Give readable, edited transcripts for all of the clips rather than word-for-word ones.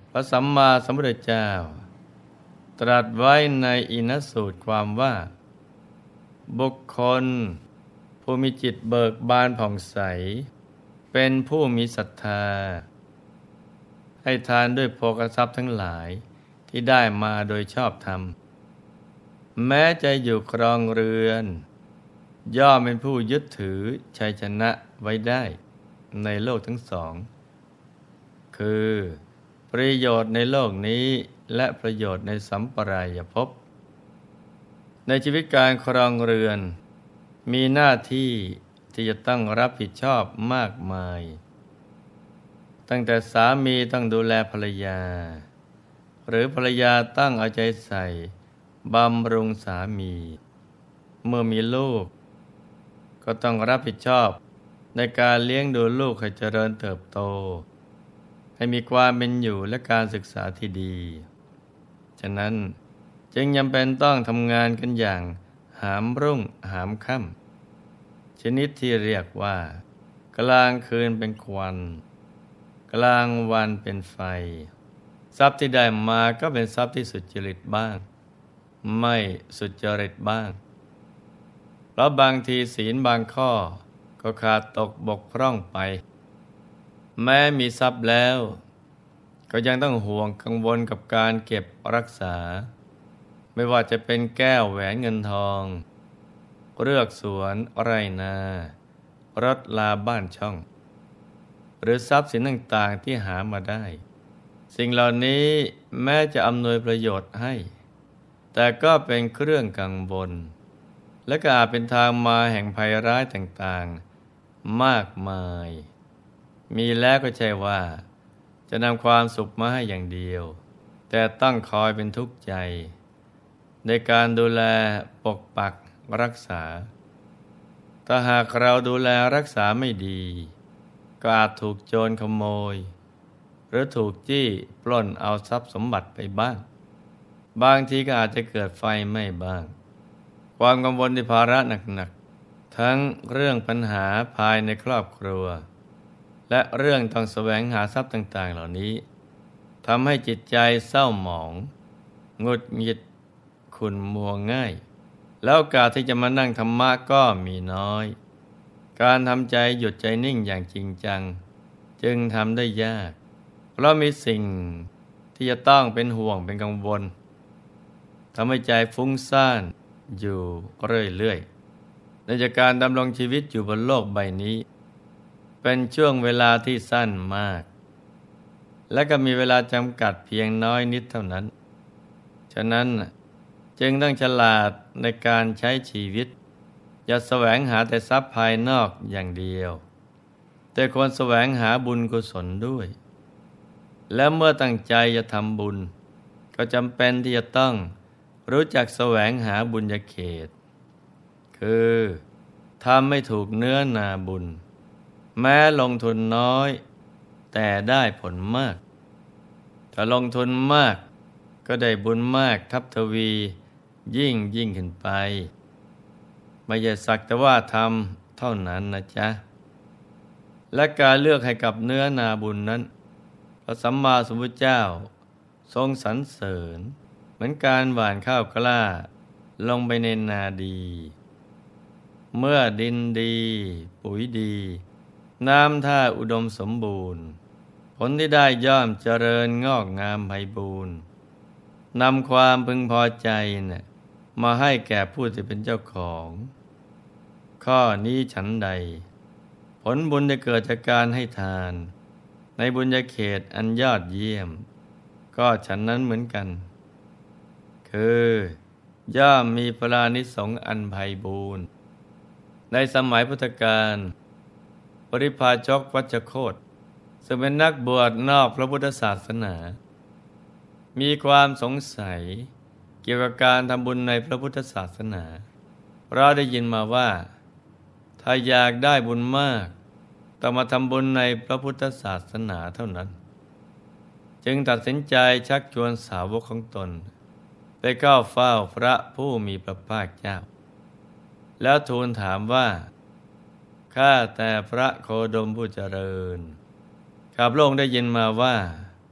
พระสัมมาสัมพุทธเจ้าตรัสไว้ในอินสูตรความว่าบุคคลผู้มีจิตเบิกบานผ่องใสเป็นผู้มีศรัทธาให้ทานด้วยโภคทรัพย์ทั้งหลายที่ได้มาโดยชอบธรรมแม้จะอยู่ครองเรือนย่อมเป็นผู้ยึดถือชัยชนะไว้ได้ในโลกทั้งสองคือประโยชน์ในโลกนี้และประโยชน์ในสัมปรายภพในชีวิตการครองเรือนมีหน้าที่ที่จะต้องรับผิดชอบมากมายตั้งแต่สามีต้องดูแลภรรยาหรือภรรยาต้องเอาใจใส่บำรุงสามีเมื่อมีลูกก็ต้องรับผิดชอบในการเลี้ยงดูลูกให้เจริญเติบโตให้มีความเป็นอยู่และการศึกษาที่ดีฉะนั้นจึงจำเป็นต้องทำงานกันอย่างหามรุ่งหามค่ำชนิดที่เรียกว่ากลางคืนเป็นควันกลางวันเป็นไฟทรัพย์ที่ได้มาก็เป็นทรัพย์ที่สุจริตบ้างไม่สุจริตบ้างเพราะบางทีศีลบางข้อก็ขาดตกบกพร่องไปแม้มีทรัพย์แล้วก็ยังต้องห่วงกังวลกับการเก็บรักษาไม่ว่าจะเป็นแก้วแหวนเงินทองเรือกสวนไร่นารถลาบ้านช่องหรือทรัพย์สินต่างๆที่หามาได้สิ่งเหล่านี้แม้จะอำนวยประโยชน์ให้แต่ก็เป็นเครื่องกังวลและก็อาจเป็นทางมาแห่งภัยร้ายต่างๆมากมายมีแล้วก็ใช่ว่าจะนำความสุขมาให้อย่างเดียวแต่ต้องคอยเป็นทุกข์ใจในการดูแลปกปักรักษาถ้าหากเราดูแลรักษาไม่ดีก็อาจถูกโจรขโมยหรือถูกจี้ปล้นเอาทรัพย์สมบัติไปบ้างบางทีก็อาจจะเกิดไฟไหม้บ้างความกังวลในภาระหนักๆทั้งเรื่องปัญหาภายในครอบครัวและเรื่องต้องแสวงหาทรัพย์ต่างๆเหล่านี้ทำให้จิตใจเศร้าหมองหงุดหงิดขุ่นมัวง่ายแล้วโอกาสที่จะมานั่งธรรมะก็มีน้อยการทำใจหยุดใจนิ่งอย่างจริงจังจึงทำได้ยากเพราะมีสิ่งที่จะต้องเป็นห่วงเป็นกังวลทำให้ใจฟุ้งซ่านอยู่เรื่อยๆในจากการดำรงชีวิตอยู่บนโลกใบนี้เป็นช่วงเวลาที่สั้นมากและก็มีเวลาจำกัดเพียงน้อยนิดเท่านั้นฉะนั้นจึงต้องฉลาดในการใช้ชีวิตอย่าแสวงหาแต่ทรัพย์ภายนอกอย่างเดียวแต่ควรแสวงหาบุญกุศลด้วยและเมื่อตั้งใจจะทำบุญก็จำเป็นที่จะต้องรู้จักแสวงหาบุญญาเขตคือทำไม่ถูกเนื้อนาบุญแม้ลงทุนน้อยแต่ได้ผลมากถ้าลงทุนมากก็ได้บุญมากทับทวียิ่งขึ้นไปไม่ใช่สักแต่ว่าทำเท่านั้นนะจ๊ะและการเลือกให้กับเนื้อนาบุญนั้นพระสัมมาสัมพุทธเจ้าทรงสรรเสริญเหมือนการหว่านข้าวกล้าลงไปในนาดีเมื่อดินดีปุ๋ยดีน้ำท่าอุดมสมบูรณ์ผลที่ได้ย่อมเจริญงอกงามไพบูรณ์นำความพึงพอใจมาให้แก่ผู้ที่เป็นเจ้าของข้อนี้ฉันใดผลบุญจะเกิดจากการให้ทานในบุญญาเขตอันยอดเยี่ยมก็ฉันนั้นเหมือนกันคือย่อมมีพลานิสงส์อันไพบูรณ์ในสมัยพุทธกาลปริพาชกวัชโคตซึ่งเป็นนักบวชนอกพระพุทธศาสนามีความสงสัยเกี่ยวกับการทำบุญในพระพุทธศาสนาเราได้ยินมาว่าถ้าอยากได้บุญมากต้องมาทำบุญในพระพุทธศาสนาเท่านั้นจึงตัดสินใจชักชวนสาวกของตนไปเข้าเฝ้าพระผู้มีพระภาคเจ้าแล้วทูลถามว่าข้าแต่พระโคดมผู้เจริญข้าพระองค์ได้ยินมาว่าพ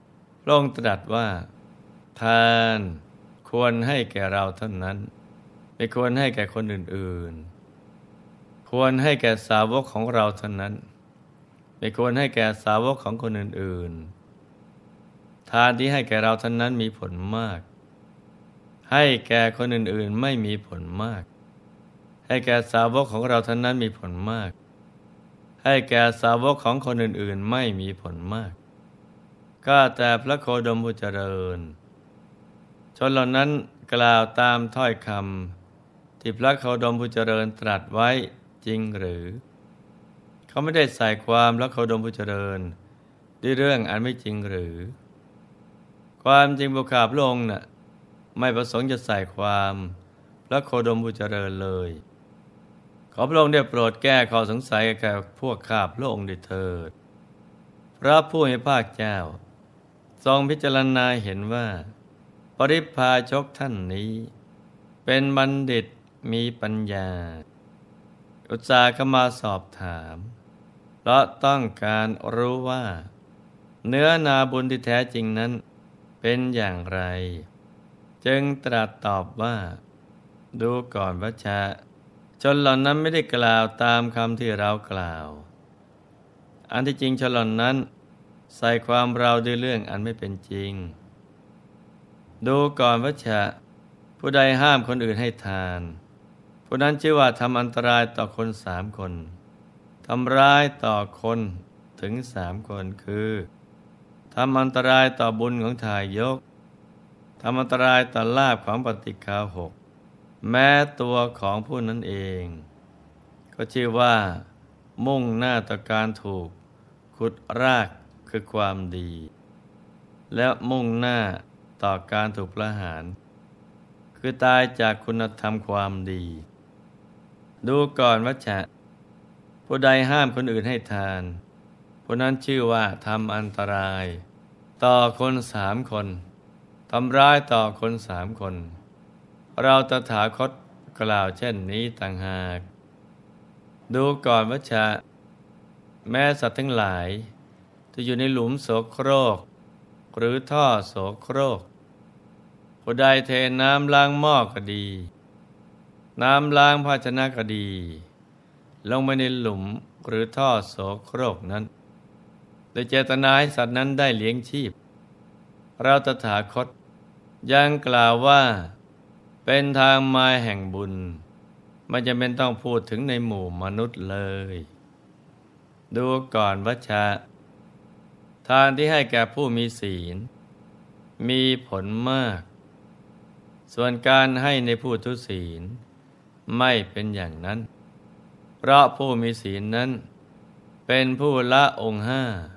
ระองค์ตรัสว่าทานควรให้แก่เราเท่านั้นไม่ควรให้แก่คนอื่นๆควรให้แก่สาวกของเราเท่านั้นไม่ควรให้แก่สาวกของคนอื่นๆทานที่ให้แก่เราเท่านั้นมีผลมากให้แก่คนอื่นๆไม่มีผลมากให้แก่สาวกของเราเท่านั้นมีผลมากให้แก่สาวกของคนอื่นๆไม่มีผลมากก็แต่พระโคดมผู้เจริญชนเหล่านั้นกล่าวตามถ้อยคำที่พระโคดมผู้เจริญตรัสไว้จริงหรือเขาไม่ได้ใส่ความพระโคดมผู้เจริญด้วยเรื่องอันไม่จริงหรือความจริงบุคคลพระองค์น่ะไม่ประสงค์จะใส่ความพระโคดมผู้เจริญเลยขอพระองค์ได้โปรดแก้ข้อสงสัยแก่พวกข้าพระองค์ด้วยเถิดพระผู้มีพระเจ้าทรงพิจารณาเห็นว่าปริพาชกท่านนี้เป็นบัณฑิตมีปัญญาอุตส่าห์เข้ามาสอบถามเพราะต้องการรู้ว่าเนื้อนาบุญที่แท้จริงนั้นเป็นอย่างไรจึงตรัสตอบว่าดูก่อนวัชชะชนเหล่านั้นไม่ได้กล่าวตามคำที่เรากล่าวอันที่จริงชนเหล่านั้นใส่ความเราด้วยเรื่องอันไม่เป็นจริงดูก่อนวัชชะผู้ใดห้ามคนอื่นให้ทานผู้นั้นชื่อว่าทำอันตรายต่อคน3 คนทำร้ายต่อคนถึง3 คนคือทำอันตรายต่อบุญของทายกทำอันตรายต่อลาภของปฏิฆาหกแม้ตัวของผู้นั้นเองก็ชื่อว่ามุ่งหน้าต่อการถูกขุดรากคือความดีและมุ่งหน้าต่อการถูกประหารคือตายจากคุณธรรมความดีดูก่อนวัชชะผู้ใดห้ามคนอื่นให้ทานผู้นั้นชื่อว่าทำอันตรายต่อคน3 คนทำร้ายต่อคน3 คนเราตถาคตกล่าวเช่นนี้ต่างหากดูก่อนวัชชะแม้สัตว์ทั้งหลายที่อยู่ในหลุมโสโครกหรือท่อโสโครกผู้ใดเทน้ำล้างหม้อก็ดีน้ำล้างภาชนะก็ดีลงไปในหลุมหรือท่อโสโครกนั้นโดยเจตนาให้สัตว์นั้นได้เลี้ยงชีพเราตถาคตยังกล่าวว่าเป็นทางมาแห่งบุญไม่จำเป็นต้องพูดถึงในหมู่มนุษย์เลยดูก่อนวัชชะทานที่ให้แก่ผู้มีศีลมีผลมากส่วนการให้ในผู้ทุศีลไม่เป็นอย่างนั้นเพราะผู้มีศีลนั้นเป็นผู้ละองค์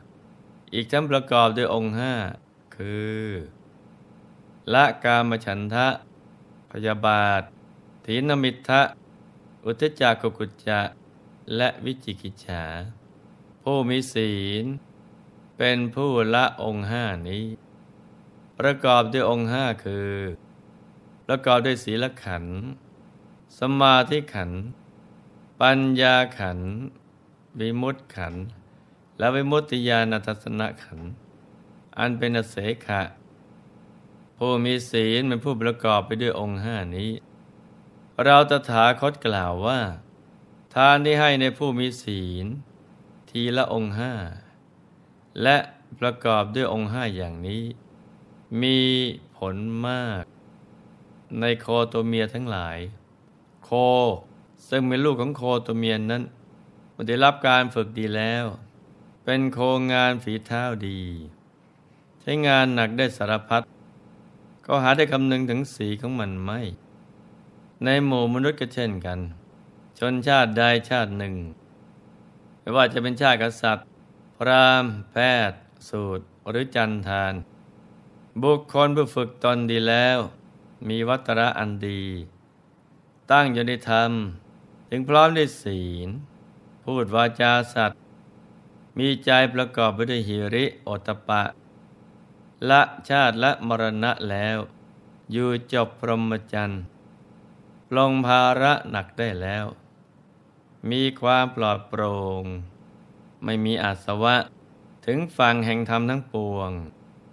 5อีกทั้งประกอบด้วยองค์5คือละกามฉันทะพยาบาทถีนมิทธะอุทธัจจกุกุจจะและวิจิกิจฉาผู้มีศีลเป็นผู้ละองค์5นี้ประกอบด้วยองค์5คือประกอบด้วยศีลขันธ์สมาธิขันธ์ปัญญาขันธ์วิมุตติขันธ์และวิมุตติญาณทัสสนขันธ์อันเป็นอเสขะผู้มีศีลเป็นผู้ประกอบไปด้วยองค์5นี้เราตถาคตกล่าวว่าทานที่ให้ในผู้มีศีลทีละองค์5และประกอบด้วยองค์5อย่างนี้มีผลมากในโคตัวเมียทั้งหลายโคซึ่งเป็นลูกของโคตัวเมียนั้นเมื่อได้รับการฝึกดีแล้วเป็นโคงานฝีเท้าดีใช้งานหนักได้สารพัดก็หาได้คำนึงถึงสีของมันไม่ในหมู่มนุษย์ก็เช่นกันชนชาติใดชาติหนึ่งไม่ว่าจะเป็นชาติกษัตริย์พราหมณ์แพทย์สูตรหรือจันทานบุคคลผู้ฝึกตนดีแล้วมีวัตระอันดีตั้งอยู่ในธรรมถึงพร้อมด้วยศีลพูดวาจาสัตย์มีใจประกอบไปด้วยหิริโอตตัปปะละชาติและมรณะแล้วอยู่จบพรหมจรรย์ปลงภาระหนักได้แล้วมีความปลอดโปร่งไม่มีอาสวะถึงฝั่งแห่งธรรมทั้งปวง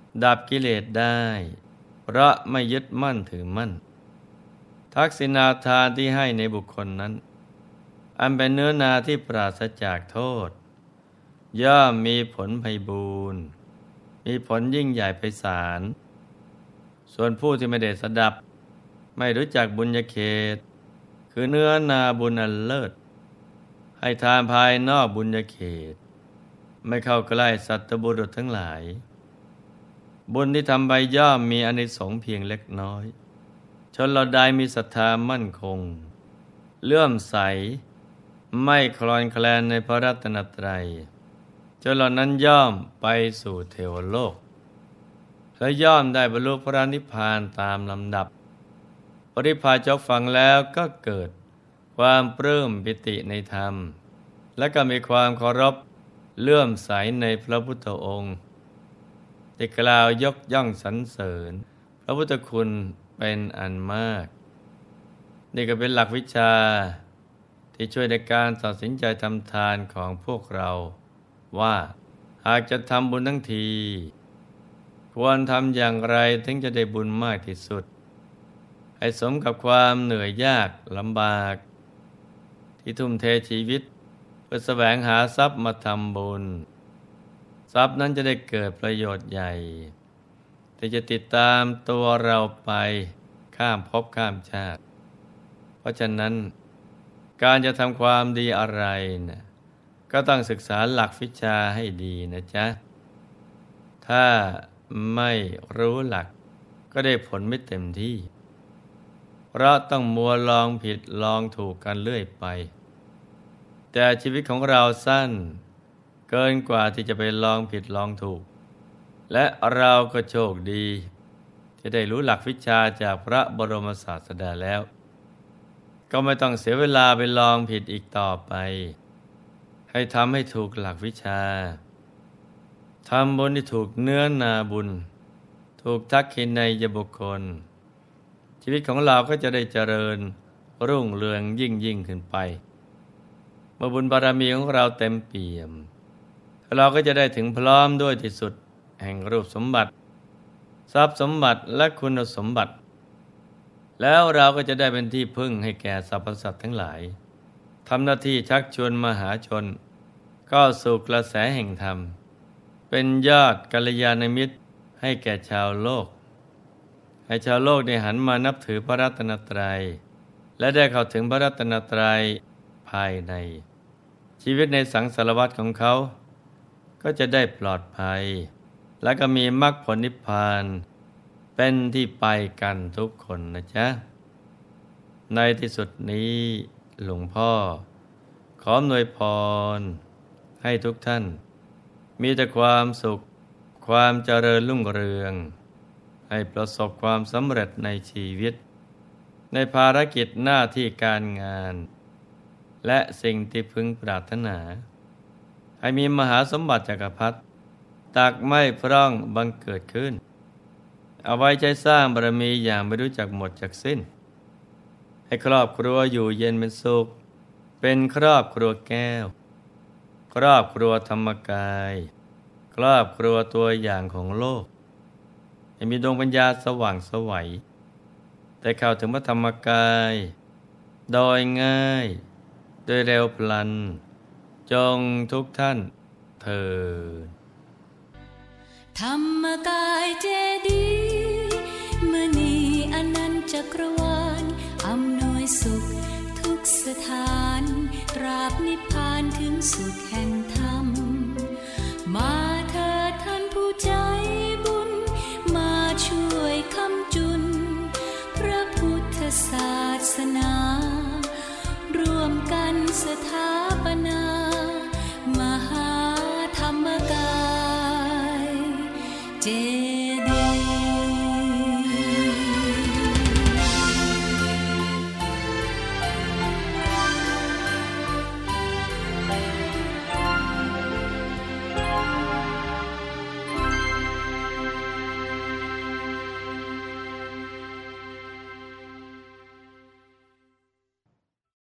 ดับกิเลสได้เพราะไม่ยึดมั่นถือมั่นทักษิณาทานที่ให้ในบุคคลนั้นอันเป็นเนื้อนาที่ปราศจากโทษย่อมมีผลไพบูรณ์มีผลยิ่งใหญ่ไพศาลส่วนผู้ที่ไม่ได้สดับไม่รู้จักบุญญาเขตคือเนื้อนาบุญอันเลิศให้ทานภายนอกบุญญาเขตไม่เข้าใกล้สัตบุรุษทั้งหลายบุญที่ทำไปย่อมมีอานิสงส์เพียงเล็กน้อยชนเราใดมีศรัทธามั่นคงเลื่อมใสไม่คลอนแคลนในพระรัตนตรัยจนเหล่านั้นย่อมไปสู่เทวโลกและย่อมได้บรรลุพระนิพพานตามลำดับปริพาชกฟังแล้วก็เกิดความปลื้มปิติในธรรมและก็มีความเคารพเลื่อมใสในพระพุทธองค์ได้กล่าวยกย่องสรรเสริญพระพุทธคุณเป็นอันมากนี่ก็เป็นหลักวิชาที่ช่วยในการตัดสินใจทำทานของพวกเราว่าหากจะทำบุญทั้งทีควรทำอย่างไรถึงจะได้บุญมากที่สุดให้สมกับความเหนื่อยยากลำบากที่ทุ่มเทชีวิตเพื่อแสวงหาทรัพย์มาทำบุญทรัพย์นั้นจะได้เกิดประโยชน์ใหญ่ที่จะติดตามตัวเราไปข้ามภพข้ามชาติเพราะฉะนั้นการจะทำความดีอะไรนะก็ต้องศึกษาหลักวิชาให้ดีนะจ๊ะถ้าไม่รู้หลักก็ได้ผลไม่เต็มที่เพราะต้องมัวลองผิดลองถูกกันเรื่อยไปแต่ชีวิตของเราสั้นเกินกว่าที่จะไปลองผิดลองถูกและเราก็โชคดีที่ได้รู้หลักวิชาจากพระบรมศาสดาแล้วก็ไม่ต้องเสียเวลาไปลองผิดอีกต่อไปให้ทำให้ถูกหลักวิชาทำบุญที่ถูกเนื้อนาบุญถูกทักขินัยบุคคลชีวิตของเราก็จะได้เจริญรุ่งเรืองยิ่งขึ้นไปเมื่อบุญบารมีของเราเต็มเปี่ยมเราก็จะได้ถึงพร้อมด้วยที่สุดแห่งรูปสมบัติทรัพย์สมบัติและคุณสมบัติแล้วเราก็จะได้เป็นที่พึ่งให้แก่สรรพสัตว์ทั้งหลายทำหน้าที่ชักชวนมหาชนก็สู่กระแสแห่งธรรมเป็นยอดกัลยาณมิตรให้แก่ชาวโลกให้ชาวโลกได้หันมานับถือพระรัตนตรัยและได้เข้าถึงพระรัตนตรัยภายในชีวิตในสังสารวัฏของเขาก็จะได้ปลอดภัยและก็มีมรรคผลนิพพานเป็นที่ไปกันทุกคนนะจ๊ะในที่สุดนี้หลวงพ่อขออำนวยพรให้ทุกท่านมีแต่ความสุขความเจริญรุ่งเรืองให้ประสบความสำเร็จในชีวิตในภารกิจหน้าที่การงานและสิ่งที่พึงปรารถนาให้มีมหาสมบัติจักรพรรดิตักไม่พร่องบังเกิดขึ้นเอาไว้ใช้สร้างบารมีอย่างไม่รู้จักหมดจักสิ้นให้ครอบครัวอยู่เย็นเป็นสุขเป็นครอบครัวแก้วครอบครัวธรรมกายครอบครัวตัวอย่างของโลกให้มีดวงปัญญาสว่างไสวแต่เข้าถึงพระธรรมกายโดยง่ายโดยเร็วพลันจงทุกท่านเถิดธรรมกายเจดีย์มณีอนันตจักรวาลอำนวยสุขทุกสถานตราบนิพพานถึงสุขแห่งธรรมมาเถิดท่านผู้ใจบุญมาช่วยค้ำจุนพระพุทธศาสนา